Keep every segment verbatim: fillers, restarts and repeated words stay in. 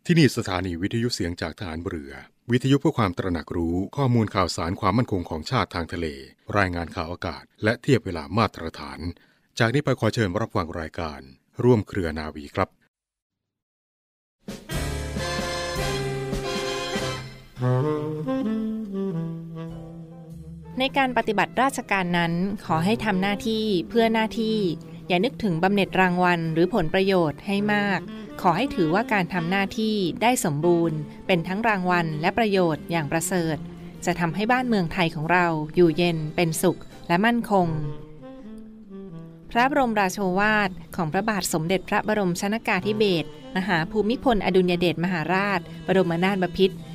ที่นี่สถานีวิทยุเสียงจากทหารเรือวิทยุเพื่อความตระหนักรู้ข้อมูลข่าวสารความมั่นคงของชาติทางทะเลรายงานข่าวอากาศและเทียบเวลามาตรฐานจากนี้ไปขอเชิญรับฟังรายการร่วมเครือนาวีครับในการปฏิบัติราชการนั้นขอให้ทำหน้าที่เพื่อหน้าที่อย่านึกถึงบำเหน็จรางวัลหรือผลประโยชน์ให้มากขอให้ถือว่าการทำหน้าที่ได้สมบูรณ์เป็นทั้งรางวัลและประโยชน์อย่างประเสริฐจะทำให้บ้านเมืองไทยของเราอยู่เย็นเป็นสุขและมั่นคงพระบรมราโชวาทของพระบาทสมเด็จพระบรมชนกาธิเบศรมหาภูมิพลอดุลยเดชมหาราชบรมนาถบพิตร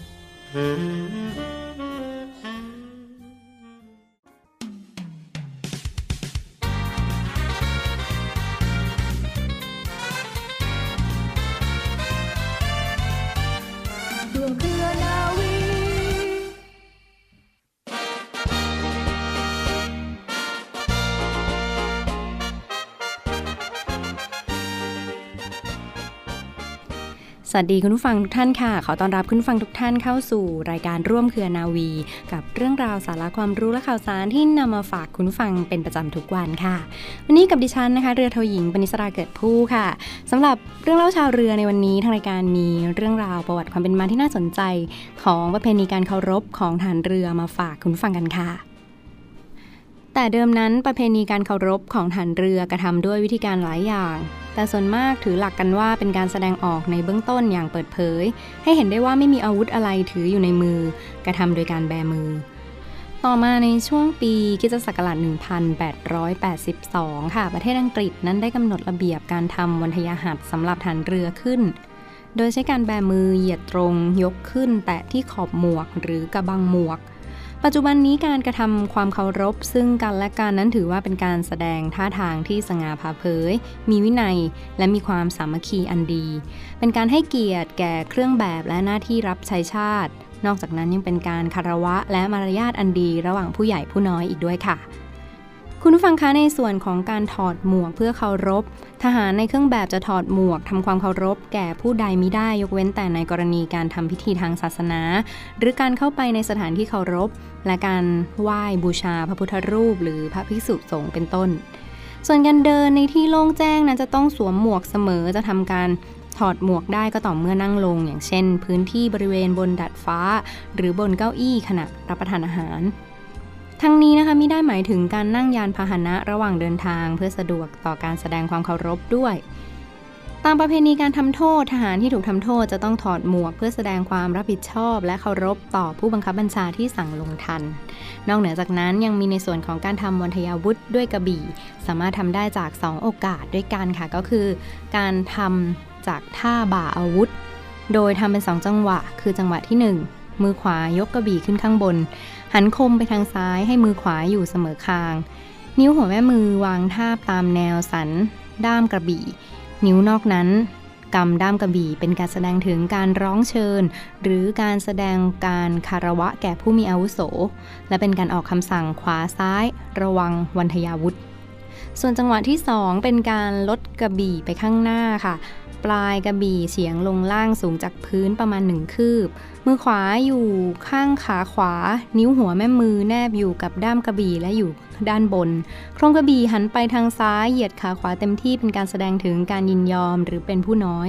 สวัสดีคุณผู้ฟังทุกท่านค่ะขอต้อนรับคุณผู้ฟังทุกท่านเข้าสู่รายการร่วมเครือนาวีกับเรื่องราวสาระความรู้และข่าวสารที่นำมาฝากคุณผู้ฟังเป็นประจำทุกวันค่ะวันนี้กับดิฉันนะคะเรือโทหญิงปณิสราเกิดผู้ค่ะสำหรับเรื่องเล่าชาวเรือในวันนี้ทางรายการมีเรื่องราวประวัติความเป็นมาที่น่าสนใจของประเพณีการเคารพของทหารเรือมาฝากคุณผู้ฟังกันค่ะแต่เดิมนั้นประเพณีการเคารพของทหารเรือกระทำด้วยวิธีการหลายอย่างแต่ส่วนมากถือหลักกันว่าเป็นการแสดงออกในเบื้องต้นอย่างเปิดเผยให้เห็นได้ว่าไม่มีอาวุธอะไรถืออยู่ในมือกระทำโดยการแบมือต่อมาในช่วงปีคริสตศักราชหนึ่งพันแปดร้อยแปดสิบสองค่ะประเทศอังกฤษนั้นได้กำหนดระเบียบการทำวันทยหัสสำหรับทหารเรือขึ้นโดยใช้การแบมือเหยียดตรงยกขึ้นแตะที่ขอบหมวกหรือกระบังหมวกปัจจุบันนี้การกระทำความเคารพซึ่งกันและกันนั้นถือว่าเป็นการแสดงท่าทางที่สง่าผ่าเผยมีวินัยและมีความสามัคคีอันดีเป็นการให้เกียรติแก่เครื่องแบบและหน้าที่รับใช้ชาตินอกจากนั้นยังเป็นการคารวะและมารยาทอันดีระหว่างผู้ใหญ่ผู้น้อยอีกด้วยค่ะคุณผู้ฟังคะในส่วนของการถอดหมวกเพื่อเคารพทหารในเครื่องแบบจะถอดหมวกทำความเคารพแก่ผู้ใดมิได้ยกเว้นแต่ในกรณีการทำพิธีทางศาสนาหรือการเข้าไปในสถานที่เคารพและการไหว้บูชาพระพุทธรูปหรือพระภิกษุสงฆ์เป็นต้นส่วนการเดินในที่โล่งแจ้งนั้นจะต้องสวมหมวกเสมอจะทำการถอดหมวกได้ก็ต่อเมื่อนั่งลงอย่างเช่นพื้นที่บริเวณบนดาดฟ้าหรือบนเก้าอี้ขณะรับประทานอาหารทั้งนี้นะคะมิได้หมายถึงการนั่งยานพาหนะระหว่างเดินทางเพื่อสะดวกต่อการแสดงความเคารพด้วยตามประเพณีการทำโทษทหารที่ถูกทำโทษจะต้องถอดหมวกเพื่อแสดงความรับผิดชอบและเคารพต่อผู้บังคับบัญชาที่สั่งลงทันนอกเหนือจากนั้นยังมีในส่วนของการทำวันทยาวุธด้วยกระบี่สามารถทำได้จากสองโอกาสด้วยกันค่ะก็คือการทำจากท่าบ่าอาวุธโดยทำเป็นสองจังหวะคือจังหวะที่หนึ่งมือขวายกกระบี่ขึ้นข้างบนหันคมไปทางซ้ายให้มือขวาอยู่เสมอคางนิ้วหัวแม่มือวางทาบตามแนวสันด้ามกระบี่นิ้วนอกนั้นกำด้ามกระบี่เป็นการแสดงถึงการร้องเชิญหรือการแสดงการคารวะแก่ผู้มีอาวุโสและเป็นการออกคำสั่งขวาซ้ายระวังวันทยาวุธส่วนจังหวะที่สองเป็นการลดกระบี่ไปข้างหน้าค่ะปลายกระบี่เฉียงลงล่างสูงจากพื้นประมาณหนึ่งคืบมือขวาอยู่ข้างขาขวานิ้วหัวแม่มือแนบอยู่กับด้ามกระบี่และอยู่ด้านบนโครงกระบี่หันไปทางซ้ายเหยียดขาขวาเต็มที่เป็นการแสดงถึงการยินยอมหรือเป็นผู้น้อย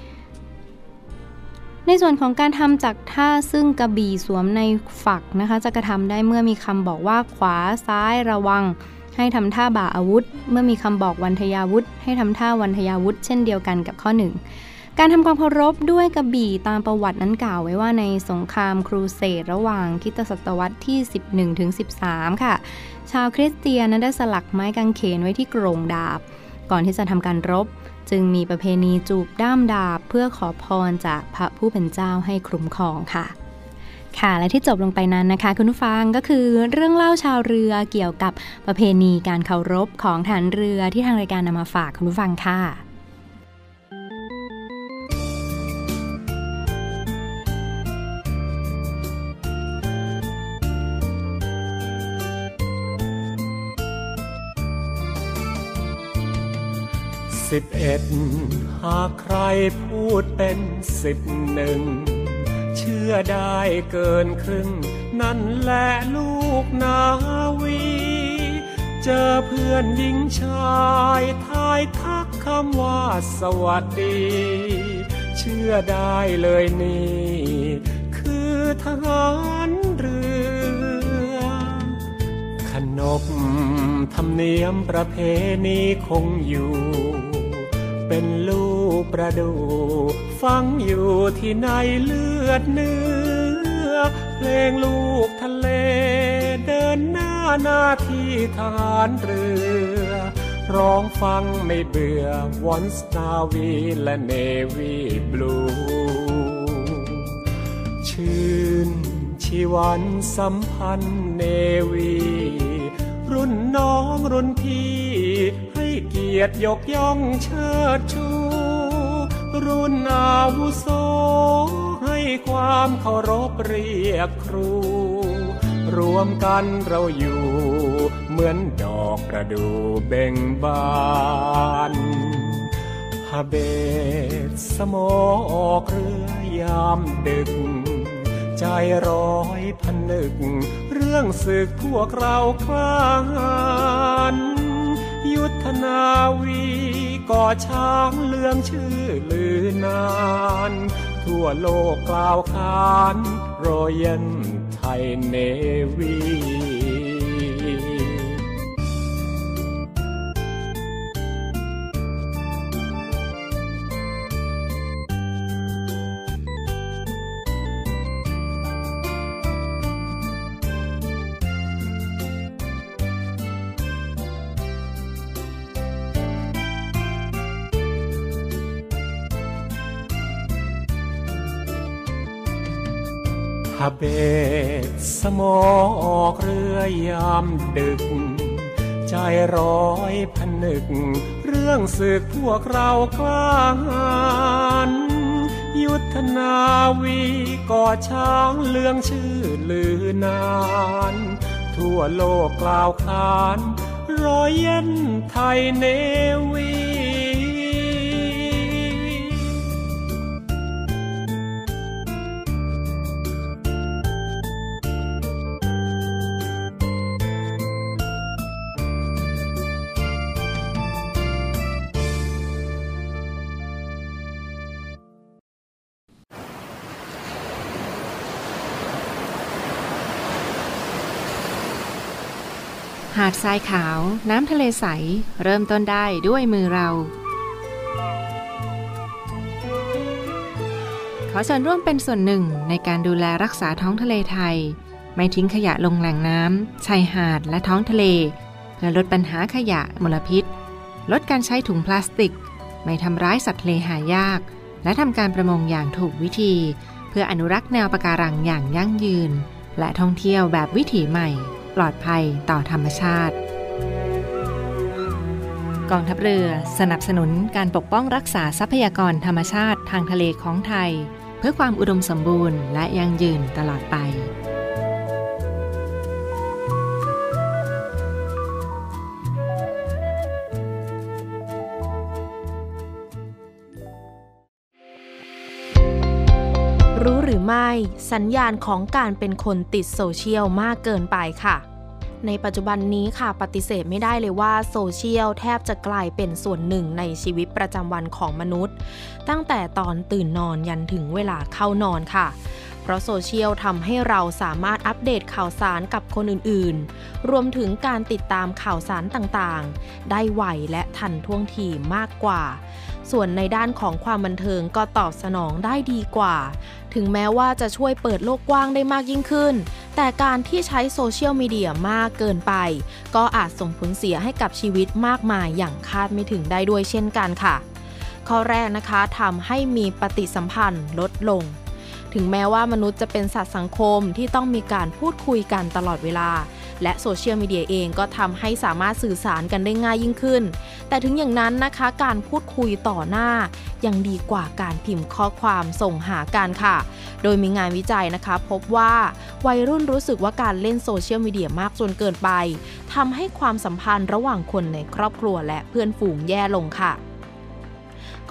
ในส่วนของการทำจากท่าซึ่งกระบี่สวมในฝักนะคะจะกระทำได้เมื่อมีคำบอกว่าขวาซ้ายระวังให้ทำท่าบ่าอาวุธเมื่อมีคำบอกวันทยาวุธให้ทำท่าวันทยาวุธเช่นเดียวกันกับข้อหนึ่งการทำความเคารพด้วยกระบี่ตามประวัตินั้นกล่าวไว้ว่าในสงครามครูเสดระหว่างคริสตศตวรรษที่สิบเอ็ดถึงสิบสามค่ะชาวคริสเตียนนั้นได้สลักไม้กางเขนไว้ที่โกรงดาบก่อนที่จะทำการรบจึงมีประเพณีจูบด้ามดาบเพื่อขอพรจากพระผู้เป็นเจ้าให้คุ้มครองค่ะค่ะและที่จบลงไปนั้นนะคะคุณผู้ฟังก็คือเรื่องเล่าชาวเรือเกี่ยวกับประเพณีการเคารพของทหารเรือที่ทางรายการนำมาฝากคุณผู้ฟังค่ะสสิบเอ็ดหากใครพูดเป็นสิบหนึ่งเชื่อได้เกินครึ่งนั่นแหละลูกนาวีเจอเพื่อนหญิงชายทายทักคำว่าสวัสดีเชื่อได้เลยนี่คือทหารเรือขนบธรรมเนียมประเพณีคงอยู่เป็นลูกประดูฟังอยู่ที่ในเลือดเนื้อเพลงลูกทะเลเดินหน้าหน้าที่ทหารเรือร้องฟังไม่เบื่อ Once Navy และ Navy Blue ชื่นชีวันสัมพันธ์เนวีรุ่นน้องรุ่นพี่ให้เกียรติยกย่องเชิดชูรุ่นอาวุโสให้ความเคารพเรียกครูรวมกันเราอยู่เหมือนดอกประดู่เบ่งบานฮาเบตสมอออกเรือยามดึกใจร้อยพันนึกเรื่องศึกพวกเราคลานยุทธนาวีก่อช้างเลื่องชื่อลือนานทั่วโลกกล่าวขานรอยัลไทยเนวีฮาเบตสมอออกเรือยามดึกใจร้อยพันนึกเรื่องศึกพวกเรากล้าหาญยุทธนาวีก่อช้างเลื่องชื่อลือนานทั่วโลกกล่าวขานรอยัลไทยเนวีหาดทรายขาวน้ำทะเลใสเริ่มต้นได้ด้วยมือเราขอเชิญร่วมเป็นส่วนหนึ่งในการดูแลรักษาท้องทะเลไทยไม่ทิ้งขยะลงแหล่งน้ำชายหาดและท้องทะเลเพื่อลดปัญหาขยะมลพิษลดการใช้ถุงพลาสติกไม่ทำร้ายสัตว์ทะเลหายากและทำการประมงอย่างถูกวิธีเพื่ออนุรักษ์แนวปะการังอย่างยั่งยืนและท่องเที่ยวแบบวิถีใหม่ปลอดภัยต่อธรรมชาติกองทัพเรือสนับสนุนการปกป้องรักษาทรัพยากรธรรมชาติทางทะเลของไทยเพื่อความอุดมสมบูรณ์และยั่งยืนตลอดไปรู้หรือไม่สัญญาณของการเป็นคนติดโซเชียลมากเกินไปค่ะในปัจจุบันนี้ค่ะปฏิเสธไม่ได้เลยว่าโซเชียลแทบจะกลายเป็นส่วนหนึ่งในชีวิตประจำวันของมนุษย์ตั้งแต่ตอนตื่นนอนยันถึงเวลาเข้านอนค่ะเพราะโซเชียลทำให้เราสามารถอัปเดตข่าวสารกับคนอื่นๆรวมถึงการติดตามข่าวสารต่างๆได้ไวและทันท่วงทีมากกว่าส่วนในด้านของความบันเทิงก็ตอบสนองได้ดีกว่าถึงแม้ว่าจะช่วยเปิดโลกกว้างได้มากยิ่งขึ้นแต่การที่ใช้โซเชียลมีเดียมากเกินไปก็อาจส่งผลเสียให้กับชีวิตมากมายอย่างคาดไม่ถึงได้ด้วยเช่นกันค่ะข้อแรกนะคะทำให้มีปฏิสัมพันธ์ลดลงถึงแม้ว่ามนุษย์จะเป็นสัตว์สังคมที่ต้องมีการพูดคุยกันตลอดเวลาและโซเชียลมีเดียเองก็ทำให้สามารถสื่อสารกันได้ง่ายยิ่งขึ้นแต่ถึงอย่างนั้นนะคะการพูดคุยต่อหน้ายังดีกว่าการพิมพ์ข้อความส่งหากันค่ะโดยมีงานวิจัยนะคะพบว่าวัยรุ่นรู้สึกว่าการเล่นโซเชียลมีเดียมากจนเกินไปทำให้ความสัมพันธ์ระหว่างคนในครอบครัวและเพื่อนฝูงแย่ลงค่ะ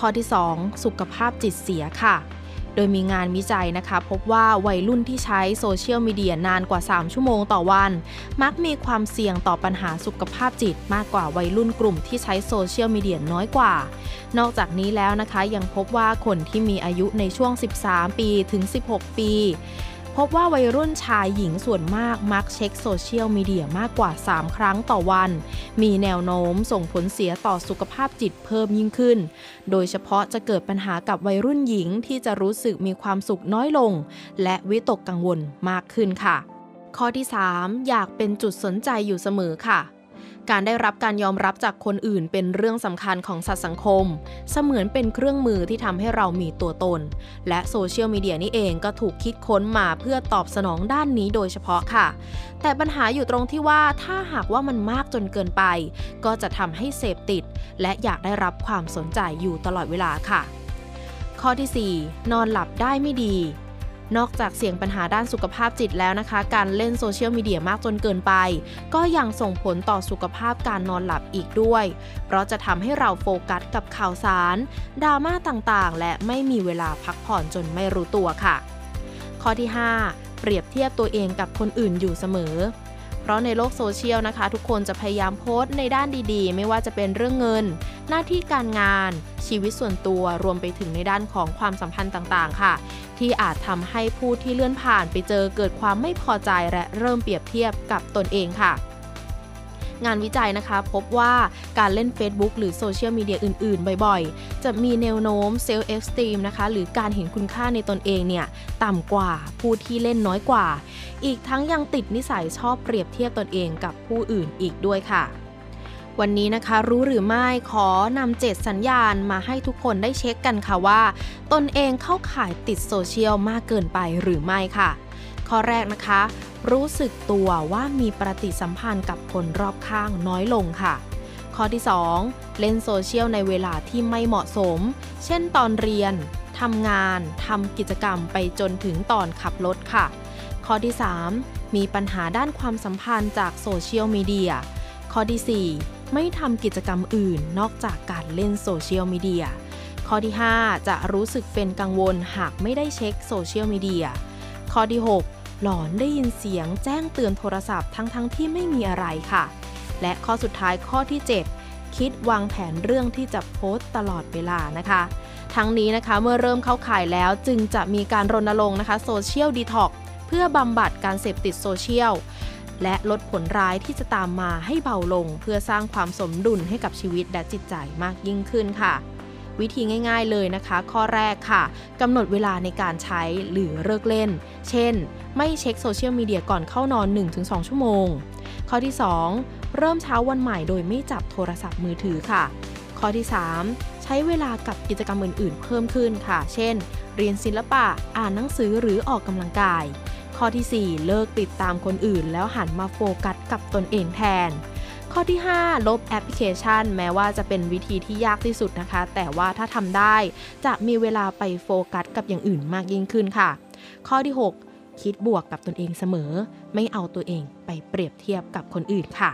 ข้อที่สองสุขภาพจิตเสียค่ะโดยมีงานวิจัยนะคะพบว่าวัยรุ่นที่ใช้โซเชียลมีเดียนานกว่าสามชั่วโมงต่อวันมักมีความเสี่ยงต่อปัญหาสุขภาพจิตมากกว่าวัยรุ่นกลุ่มที่ใช้โซเชียลมีเดียน้อยกว่านอกจากนี้แล้วนะคะยังพบว่าคนที่มีอายุในช่วงสิบสามปีถึงสิบหกปีพบว่าวัยรุ่นชายหญิงส่วนมากมักเช็คโซเชียลมีเดียมากกว่าสามครั้งต่อวันมีแนวโน้มส่งผลเสียต่อสุขภาพจิตเพิ่มยิ่งขึ้นโดยเฉพาะจะเกิดปัญหากับวัยรุ่นหญิงที่จะรู้สึกมีความสุขน้อยลงและวิตกกังวลมากขึ้นค่ะข้อที่สามอยากเป็นจุดสนใจอยู่เสมอค่ะการได้รับการยอมรับจากคนอื่นเป็นเรื่องสำคัญของสัตว์สังคมเสมือนเป็นเครื่องมือที่ทำให้เรามีตัวตนและโซเชียลมีเดียนี่เองก็ถูกคิดค้นมาเพื่อตอบสนองด้านนี้โดยเฉพาะค่ะแต่ปัญหาอยู่ตรงที่ว่าถ้าหากว่ามันมากจนเกินไปก็จะทำให้เสพติดและอยากได้รับความสนใจอยู่ตลอดเวลาค่ะข้อที่สี่นอนหลับได้ไม่ดีนอกจากเสี่ยงปัญหาด้านสุขภาพจิตแล้วนะคะการเล่นโซเชียลมีเดียมากจนเกินไปก็ยังส่งผลต่อสุขภาพการนอนหลับอีกด้วยเพราะจะทำให้เราโฟกัสกับข่าวสารดราม่าต่างๆและไม่มีเวลาพักผ่อนจนไม่รู้ตัวค่ะข้อที่ห้าเปรียบเทียบตัวเองกับคนอื่นอยู่เสมอเพราะในโลกโซเชียลนะคะทุกคนจะพยายามโพสต์ในด้านดีๆไม่ว่าจะเป็นเรื่องเงินหน้าที่การงานชีวิตส่วนตัวรวมไปถึงในด้านของความสัมพันธ์ต่างๆค่ะที่อาจทำให้ผู้ที่เลื่อนผ่านไปเจอเกิดความไม่พอใจและเริ่มเปรียบเทียบกับตนเองค่ะงานวิจัยนะคะพบว่าการเล่น Facebook หรือโซเชียลมีเดียอื่นๆบ่อยๆจะมีแนวโน้มเซลฟ์เอสตีมนะคะหรือการเห็นคุณค่าในตนเองเนี่ยต่ำกว่าผู้ที่เล่นน้อยกว่าอีกทั้งยังติดนิสัยชอบเปรียบเทียบตนเองกับผู้อื่นอีกด้วยค่ะวันนี้นะคะรู้หรือไม่ขอนำเจ็ดสัญญาณมาให้ทุกคนได้เช็คกันค่ะว่าตนเองเข้าข่ายติดโซเชียลมากเกินไปหรือไม่ค่ะข้อแรกนะคะรู้สึกตัวว่ามีปฏิสัมพันธ์กับคนรอบข้างน้อยลงค่ะข้อที่สองเล่นโซเชียลในเวลาที่ไม่เหมาะสมเช่นตอนเรียนทำงานทำกิจกรรมไปจนถึงตอนขับรถค่ะข้อที่สามมีปัญหาด้านความสัมพันธ์จากโซเชียลมีเดียข้อที่สี่ไม่ทำกิจกรรมอื่นนอกจากการเล่นโซเชียลมีเดียข้อที่ห้าจะรู้สึกเป็นกังวลหากไม่ได้เช็คโซเชียลมีเดียข้อที่หกหลอนได้ยินเสียงแจ้งเตือนโทรศัพท์ทั้งๆ ท, ที่ไม่มีอะไรค่ะและข้อสุดท้ายข้อที่เจ็ดคิดวางแผนเรื่องที่จะโพสต์ตลอดเวลานะคะทั้งนี้นะคะเมื่อเริ่มเข้าข่ายแล้วจึงจะมีการรณรงค์นะคะโซเชียลดีท็อกซ์เพื่อบำบัดการเสพติดโซเชียลและลดผลร้ายที่จะตามมาให้เบาลงเพื่อสร้างความสมดุลให้กับชีวิตและจิตใจมากยิ่งขึ้นค่ะวิธีง่ายๆเลยนะคะข้อแรกค่ะกำหนดเวลาในการใช้หรือเลิกเล่นเช่นไม่เช็คโซเชียลมีเดียก่อนเข้านอน หนึ่งถึงสอง ชั่วโมงข้อที่สองเริ่มเช้าวันใหม่โดยไม่จับโทรศัพท์มือถือค่ะข้อที่สามใช้เวลากับกิจกรรมอื่นๆเพิ่มขึ้นค่ะเช่นเรียนศิลปะอ่านหนังสือหรือออกกำลังกายข้อที่สี่เลิกติดตามคนอื่นแล้วหันมาโฟกัสกับตนเองแทนข้อที่ห้าลบแอปพลิเคชันแม้ว่าจะเป็นวิธีที่ยากที่สุดนะคะแต่ว่าถ้าทำได้จะมีเวลาไปโฟกัสกับอย่างอื่นมากยิ่งขึ้นค่ะข้อที่หกคิดบวกกับตนเองเสมอไม่เอาตัวเองไปเปรียบเทียบกับคนอื่นค่ะ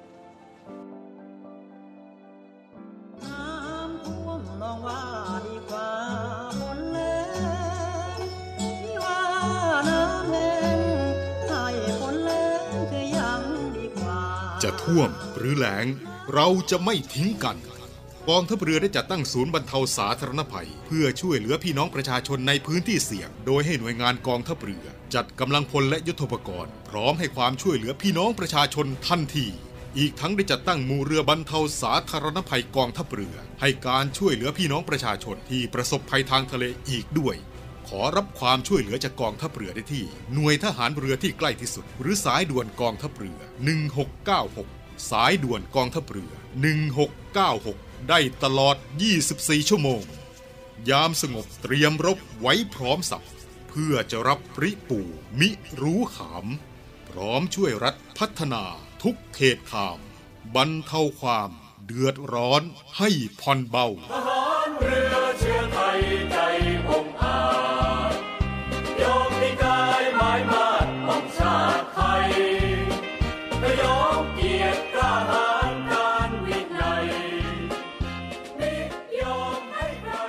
จะท่วมหรือแล้งเราจะไม่ทิ้งกันกองทัพเรือได้จัดตั้งศูนย์บรรเทาสาธารณภัยเพื่อช่วยเหลือพี่น้องประชาชนในพื้นที่เสี่ยงโดยให้หน่วยงานกองทัพเรือจัดกำลังพลและยุทโธปกรณ์พร้อมให้ความช่วยเหลือพี่น้องประชาชนทันทีอีกทั้งได้จัดตั้งหมู่เรือบรรเทาสาธารณภัยกองทัพเรือให้การช่วยเหลือพี่น้องประชาชนที่ประสบภัยทางทะเลอีกด้วยขอรับความช่วยเหลือจากกองทัพเรือได้ที่หน่วยทหารเรือที่ใกล้ที่สุดหรือสายด่วนกองทัพเรือหนึ่งหกเก้าหกสายด่วนกองทัพเรือหนึ่งหกเก้าหกได้ตลอดยี่สิบสี่ชั่วโมงยามสงบเตรียมรบไว้พร้อมสับเพื่อจะรับปริปู่มิรู้ขามพร้อมช่วยรัฐพัฒนาทุกเขตขามบรรเทาความเดือดร้อนให้ผ่อนเบาทหารเรือเชื้อไทยใจองอาจยอมมีกายหมายมาดของชาติไทยยอมเกียรติกล้าหาญการวินัยมิยอมให้ใคร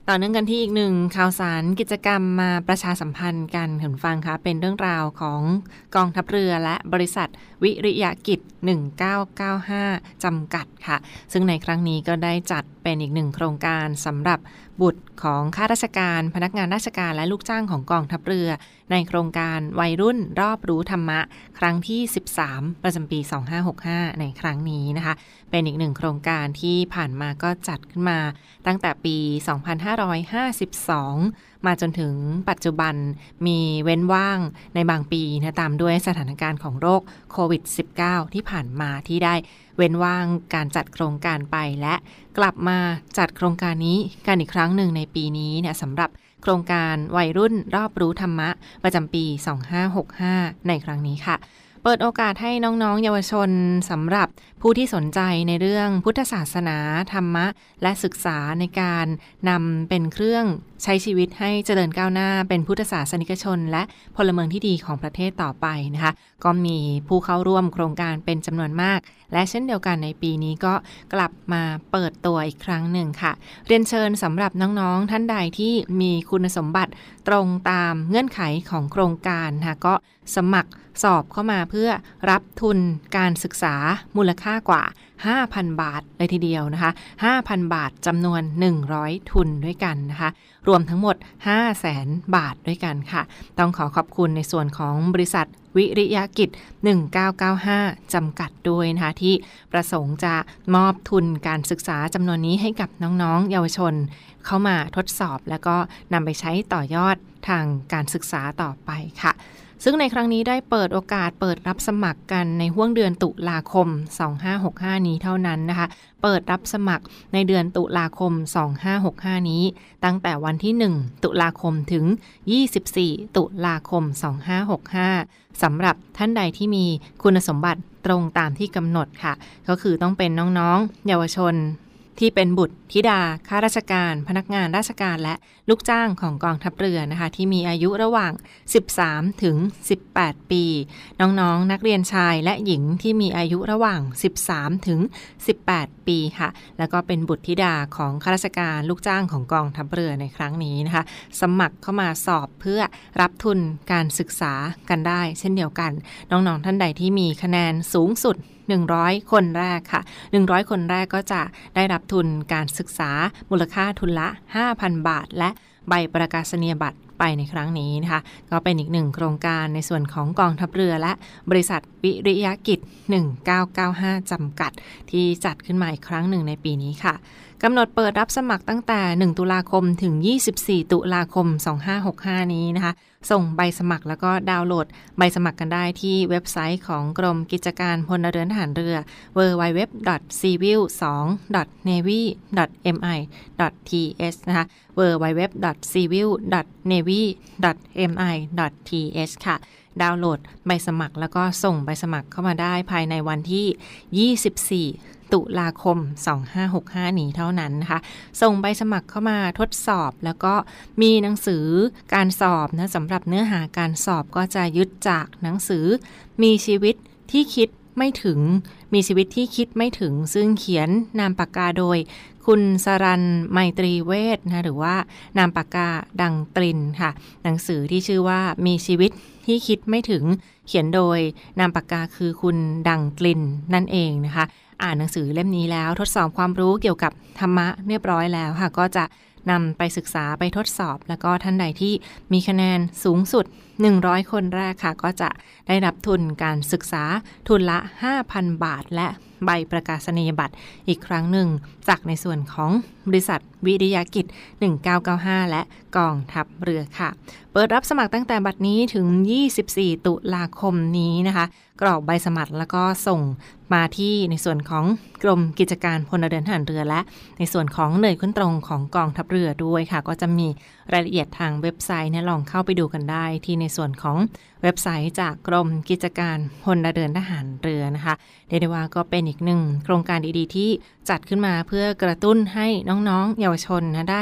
ต่อเนื่องกันที่อีกหนึ่งข่าวสารกิจกรรมมาประชาสัมพันธ์กันคุณฟังคะเป็นเรื่องราวของกองทัพเรือและบริษัทวิริยกิจหนึ่งเก้าเก้าห้าจำกัดค่ะซึ่งในครั้งนี้ก็ได้จัดเป็นอีกหนึ่งโครงการสำหรับบุตรของข้าราชการพนักงานราชการและลูกจ้างของกองทัพเรือในโครงการวัยรุ่นรอบรู้ธรรมะครั้งที่สิบสามประจำปีสองพันห้าร้อยหกสิบห้าในครั้งนี้นะคะเป็นอีกหนึ่งโครงการที่ผ่านมาก็จัดขึ้นมาตั้งแต่ปีสองพันห้าร้อยห้าสิบสองมาจนถึงปัจจุบันมีเว้นว่างในบางปีนะตามด้วยสถานการณ์ของโรคโควิด สิบเก้า ที่ผ่านมาที่ได้เว้นว่างการจัดโครงการไปและกลับมาจัดโครงการนี้กันอีกครั้งหนึ่งในปีนี้เนี่ยสำหรับโครงการวัยรุ่นรอบรู้ธรรมะประจำปีสองพันห้าร้อยหกสิบห้าในครั้งนี้ค่ะเปิดโอกาสให้น้องๆเยาวชนสำหรับผู้ที่สนใจในเรื่องพุทธศาสนาธรรมะและศึกษาในการนำเป็นเครื่องใช้ชีวิตให้เจริญก้าวหน้าเป็นพุทธศาสนิกชนและพลเมืองที่ดีของประเทศต่อไปนะคะก็มีผู้เข้าร่วมโครงการเป็นจำนวนมากและเช่นเดียวกันในปีนี้ก็กลับมาเปิดตัวอีกครั้งหนึ่งค่ะเรียนเชิญสำหรับน้องๆท่านใดที่มีคุณสมบัติตรงตามเงื่อนไขของโครงการนะคะก็สมัครสอบเข้ามาเพื่อรับทุนการศึกษามูลค่ากว่า ห้าพัน บาทเลยทีเดียวนะคะ ห้าพัน บาทจำนวนหนึ่งร้อยทุนด้วยกันนะคะรวมทั้งหมด ห้าแสน บาทด้วยกันค่ะต้องขอขอบคุณในส่วนของบริษัทวิริยกิจหนึ่งเก้าเก้าห้าจำกัดด้วยนะคะที่ประสงค์จะมอบทุนการศึกษาจำนวนนี้ให้กับน้องๆเยาวชนเข้ามาทดสอบแล้วก็นำไปใช้ต่อยอดทางการศึกษาต่อไปค่ะซึ่งในครั้งนี้ได้เปิดโอกาสเปิดรับสมัครกันในห้วงเดือนตุลาคมสองพันห้าร้อยหกสิบห้านี้เท่านั้นนะคะเปิดรับสมัครในเดือนตุลาคมสองพันห้าร้อยหกสิบห้านี้ตั้งแต่วันที่หนึ่งตุลาคมถึงยี่สิบสี่ตุลาคมสองพันห้าร้อยหกสิบห้าสำหรับท่านใดที่มีคุณสมบัติตรงตามที่กำหนดค่ะก็คือต้องเป็นน้องๆเยาวชนที่เป็นบุตรธิดาข้าราชการพนักงานราชการและลูกจ้างของกองทัพเรือนะคะที่มีอายุระหว่างสิบสามถึงสิบแปดปีน้องๆนักเรียนชายและหญิงที่มีอายุระหว่างสิบสามถึงสิบแปดปีค่ะแล้วก็เป็นบุตรธิดาของข้าราชการลูกจ้างของกองทัพเรือในครั้งนี้นะคะสมัครเข้ามาสอบเพื่อรับทุนการศึกษากันได้เช่นเดียวกันน้องๆท่านใดที่มีคะแนนสูงสุดหนึ่งร้อยคนแรกค่ะหนึ่งร้อยคนแรกก็จะได้รับทุนการศึกษามูลค่าทุนละ ห้าพัน บาทและใบประกาศนียบัตรไปในครั้งนี้นะคะก็เป็นอีกหนึ่งโครงการในส่วนของกองทัพเรือและบริษัทวิริยกิจหนึ่งเก้าเก้าห้าจำกัดที่จัดขึ้นมาอีกครั้งหนึ่งในปีนี้ค่ะกำหนดเปิดรับสมัครตั้งแต่หนึ่งตุลาคมถึงยี่สิบสี่ตุลาคมสองพันห้าร้อยหกสิบห้านี้นะคะส่งใบสมัครแล้วก็ดาวน์โหลดใบสมัครกันได้ที่เว็บไซต์ของกรมกิจการพลเรือนทหารเรือ ดับเบิลยู ดับเบิลยู ดับเบิลยู ดอท ซี วิล ทู ดอท เนวี ดอท เอ็ม ไอ ดอท ที เอส นะคะ ดับเบิลยู ดับเบิลยู ดับเบิลยู ดอท ซี วิล ดอท เนวี ดอท เอ็ม ไอ ดอท ที เอส ค่ะดาวน์โหลดใบสมัครแล้วก็ส่งใบสมัครเข้ามาได้ภายในวันที่ยี่สิบสี่ตุลาคมสองพันห้าร้อยหกสิบห้านี้เท่านั้นนะคะส่งใบสมัครเข้ามาทดสอบแล้วก็มีหนังสือการสอบนะสำหรับเนื้อหาการสอบก็จะยึดจากหนังสือมีชีวิตที่คิดไม่ถึงมีชีวิตที่คิดไม่ถึงซึ่งเขียนนามปากกาโดยคุณสรัญไมตรีเวชนะหรือว่านามปากกาดังตรินค่ะหนังสือที่ชื่อว่ามีชีวิตที่คิดไม่ถึงเขียนโดยนามปากกาคือคุณดังตรินนั่นเองนะคะอ่านหนังสือเล่มนี้แล้วทดสอบความรู้เกี่ยวกับธรรมะเรียบร้อยแล้วค่ะก็จะนำไปศึกษาไปทดสอบแล้วก็ท่านใดที่มีคะแนนสูงสุดหนึ่งร้อยคนแรกค่ะก็จะได้รับทุนการศึกษาทุนละ ห้าพัน บาทและใบประกาศนียบัตรอีกครั้งหนึ่งจากในส่วนของบริษัทวิริยกิจหนึ่งเก้าเก้าห้าและกองทัพเรือค่ะเปิดรับสมัครตั้งแต่บัดนี้ถึงยี่สิบสี่ตุลาคมนี้นะคะกรอกใบสมัครแล้วก็ส่งมาที่ในส่วนของกรมกิจการพลเรือนทหารเรือและในส่วนของหน่วยขึ้นตรงของกองทัพเรือด้วยค่ะก็จะมีรายละเอียดทางเว็บไซต์เนี่ยลองเข้าไปดูกันได้ที่ในส่วนของเว็บไซต์จากกรมกิจการพลเรือนทหารเรือนะคะเรียกได้ว่าก็เป็นอีกหนึ่งโครงการดีๆที่จัดขึ้นมาเพื่อกระตุ้นให้น้องๆเยาวชนนะได้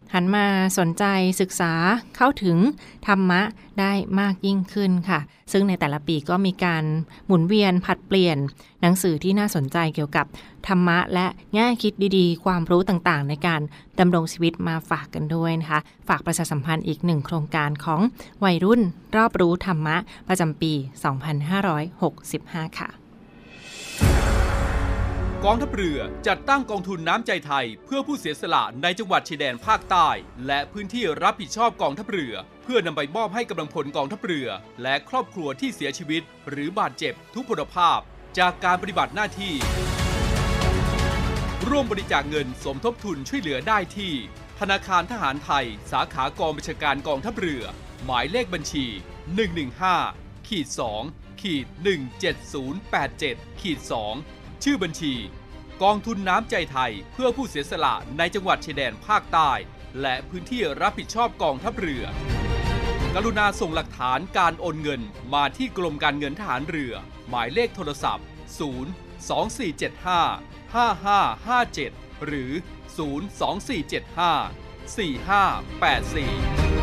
หันมาสนใจศึกษาเข้าถึงธรรมะได้มากยิ่งขึ้นค่ะซึ่งในแต่ละปีก็มีการหมุนเวียนผลัดเปลี่ยนหนังสือที่น่าสนใจเกี่ยวกับธรรมะและแง่คิดดีๆความรู้ต่างๆในการดำรงชีวิตมาฝากกันด้วยนะคะฝากประชาสัมพันธ์อีกหนึ่งโครงการของวัยรุ่นรอบรู้ธรรมะประจำปีสองพันห้าร้อยหกสิบห้าค่ะกองทัพเรือจัดตั้งกองทุนน้ำใจไทยเพื่อผู้เสียสละในจังหวัดชายแดนภาคใต้และพื้นที่รับผิดชอบกองทัพเรือเพื่อนำไปมอบให้กำลังพลกองทัพเรือและครอบครัวที่เสียชีวิตหรือบาดเจ็บทุพพลภาพจากการปฏิบัติหน้าที่ร่วมบริจาคเงินสมทบทุนช่วยเหลือได้ที่ธนาคารทหารไทยสาขากองบัญชาการกองทัพเรือหมายเลขบัญชี หนึ่ง หนึ่ง ห้า สอง หนึ่ง เจ็ด ศูนย์ แปด เจ็ด สองชื่อบัญชีกองทุนน้ำใจไทยเพื่อผู้เสียสละในจังหวัดชายแดนภาคใต้และพื้นที่รับผิดชอบกองทัพเรือกรุณาส่งหลักฐานการโอนเงินมาที่กรมการเงินทหารเรือหมายเลขโทรศัพท์ศูนย์ สอง สี่ เจ็ด ห้า ห้า ห้า ห้า เจ็ดหรือศูนย์ สอง สี่ เจ็ด ห้า สี่ ห้า แปด สี่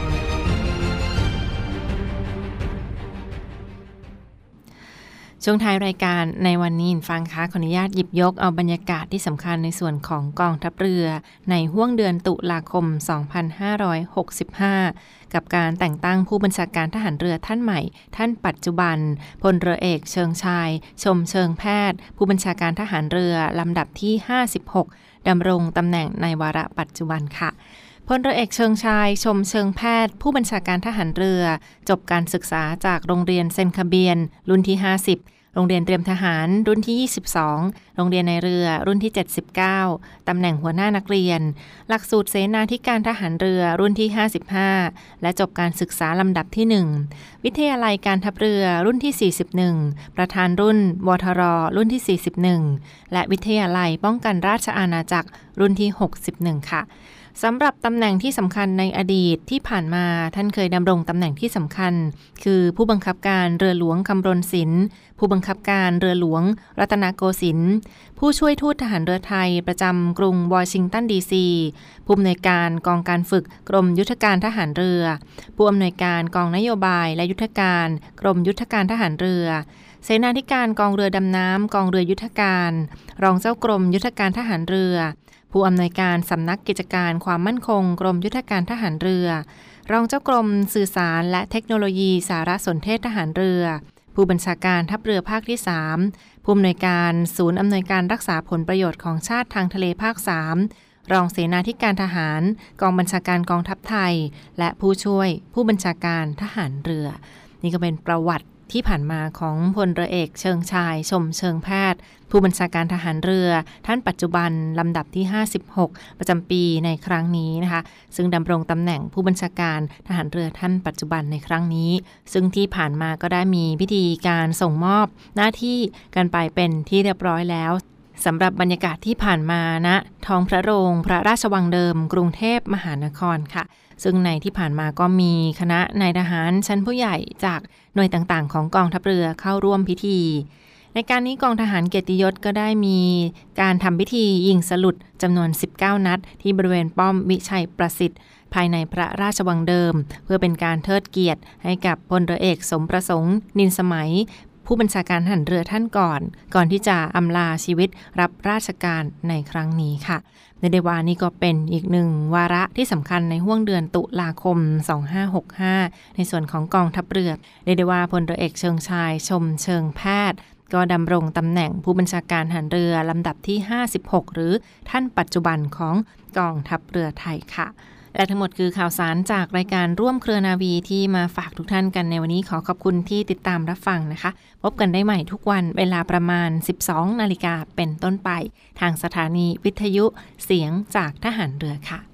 ช่วงท้ายรายการในวันนี้ฟังคะขออนุญาตหยิบยกเอาบรรยากาศที่สำคัญในส่วนของกองทัพเรือในห้วงเดือนตุลาคมสองพันห้าร้อยหกสิบห้ากับการแต่งตั้งผู้บัญชาการทหารเรือท่านใหม่ท่านปัจจุบันพลเรือเอกเชิงชายชมเชิงแพทย์ผู้บัญชาการทหารเรือลำดับที่ห้าสิบหกดำรงตำแหน่งในวาระปัจจุบันค่ะพลเรือเอกเชิงชายชมเชิงแพทย์ผู้บัญชาการทหารเรือจบการศึกษาจากโรงเรียนเซนคาเบียนรุ่นที่ห้าสิบโรงเรียนเตรียมทหารรุ่นที่ยี่สิบสองโรงเรียนในเรือรุ่นที่เจ็ดสิบเก้าตำแหน่งหัวหน้านักเรียนหลักสูตรเสนาธิการทหารเรือรุ่นที่ห้าสิบห้าและจบการศึกษาลำดับที่หนึ่งวิทยาลัยการทัพเรือรุ่นที่สี่สิบเอ็ดประธานรุ่นวทรรุ่นที่สี่สิบเอ็ดและวิทยาลัยป้องกันราชอาณาจักรรุ่นที่หกสิบเอ็ดค่ะสำหรับตำแหน่งที่สำคัญในอดีตที่ผ่านมาท่านเคยดำรงตำแหน่งที่สำคัญคือผู้บังคับการเรือหลวงคำรณศิลป์ผู้บังคับการเรือหลวงรัตนโกสินทร์ผู้ช่วยทูตทหารเรือไทยประจำกรุงวอชิงตันดีซีผู้อำนวยการกองการฝึกกรมยุทธการทหารเรือผู้อำนวยการกองนโยบายและยุทธการกรมยุทธการทหารเรือเสนาธิการกองเรือดำน้ำกองเรือยุทธการรองเจ้ากรมยุทธการทหารเรือผู้อำนวยการสำนักกิจการความมั่นคงกรมยุทธการทหารเรือรองเจ้ากรมสื่อสารและเทคโนโลยีสารสนเทศทหารเรือผู้บัญชาการทัพเรือภาคที่สามผู้อำนวยการศูนย์อำนวยการรักษาผลประโยชน์ของชาติทางทะเลภาคสามรองเสนาธิการทหารกองบัญชาการกองทัพไทยและผู้ช่วยผู้บัญชาการทหารเรือนี่ก็เป็นประวัติที่ผ่านมาของพลเรือเอกเชิงชายชมเชิงแพทย์ผู้บัญชาการทหารเรือท่านปัจจุบันลำดับที่ห้าสิบหกประจำปีในครั้งนี้นะคะซึ่งดำรงตำแหน่งผู้บัญชาการทหารเรือท่านปัจจุบันในครั้งนี้ซึ่งที่ผ่านมาก็ได้มีพิธีการส่งมอบหน้าที่กันไปเป็นที่เรียบร้อยแล้วสำหรับบรรยากาศที่ผ่านมาณนะท้องพระโรงพระราชวังเดิมกรุงเทพมหานครค่ะซึ่งในที่ผ่านมาก็มีคณะนายทหารชั้นผู้ใหญ่จากหน่วยต่างๆของกองทัพเรือเข้าร่วมพิธีในการนี้กองทหารเกียรติยศก็ได้มีการทำพิธียิงสลุดจำนวนสิบเก้านัดที่บริเวณป้อมวิชัยประสิทธิ์ภายในพระราชวังเดิมเพื่อเป็นการเทิดเกียรติให้กับพลเรือเอกสมประสงค์นินสมัยผู้บัญชาการทหารเรือท่านก่อนก่อนที่จะอำลาชีวิตรับราชการในครั้งนี้ค่ะในเดวานี้ก็เป็นอีกหนึ่งวาระที่สำคัญในห้วงเดือนตุลาคมสองพันห้าร้อยหกสิบห้าในส่วนของกองทัพเรือในเดวาพลเรือเอกเชิงชายชมเชิงแพทย์ก็ดำรงตำแหน่งผู้บัญชาการทหารเรือลำดับที่ห้าสิบหกหรือท่านปัจจุบันของกองทัพเรือไทยค่ะและทั้งหมดคือข่าวสารจากรายการร่วมเครือนาวีที่มาฝากทุกท่านกันในวันนี้ขอขอบคุณที่ติดตามรับฟังนะคะพบกันได้ใหม่ทุกวันเวลาประมาณ สิบสองนาฬิกาเป็นต้นไปทางสถานีวิทยุเสียงจากทหารเรือค่ะ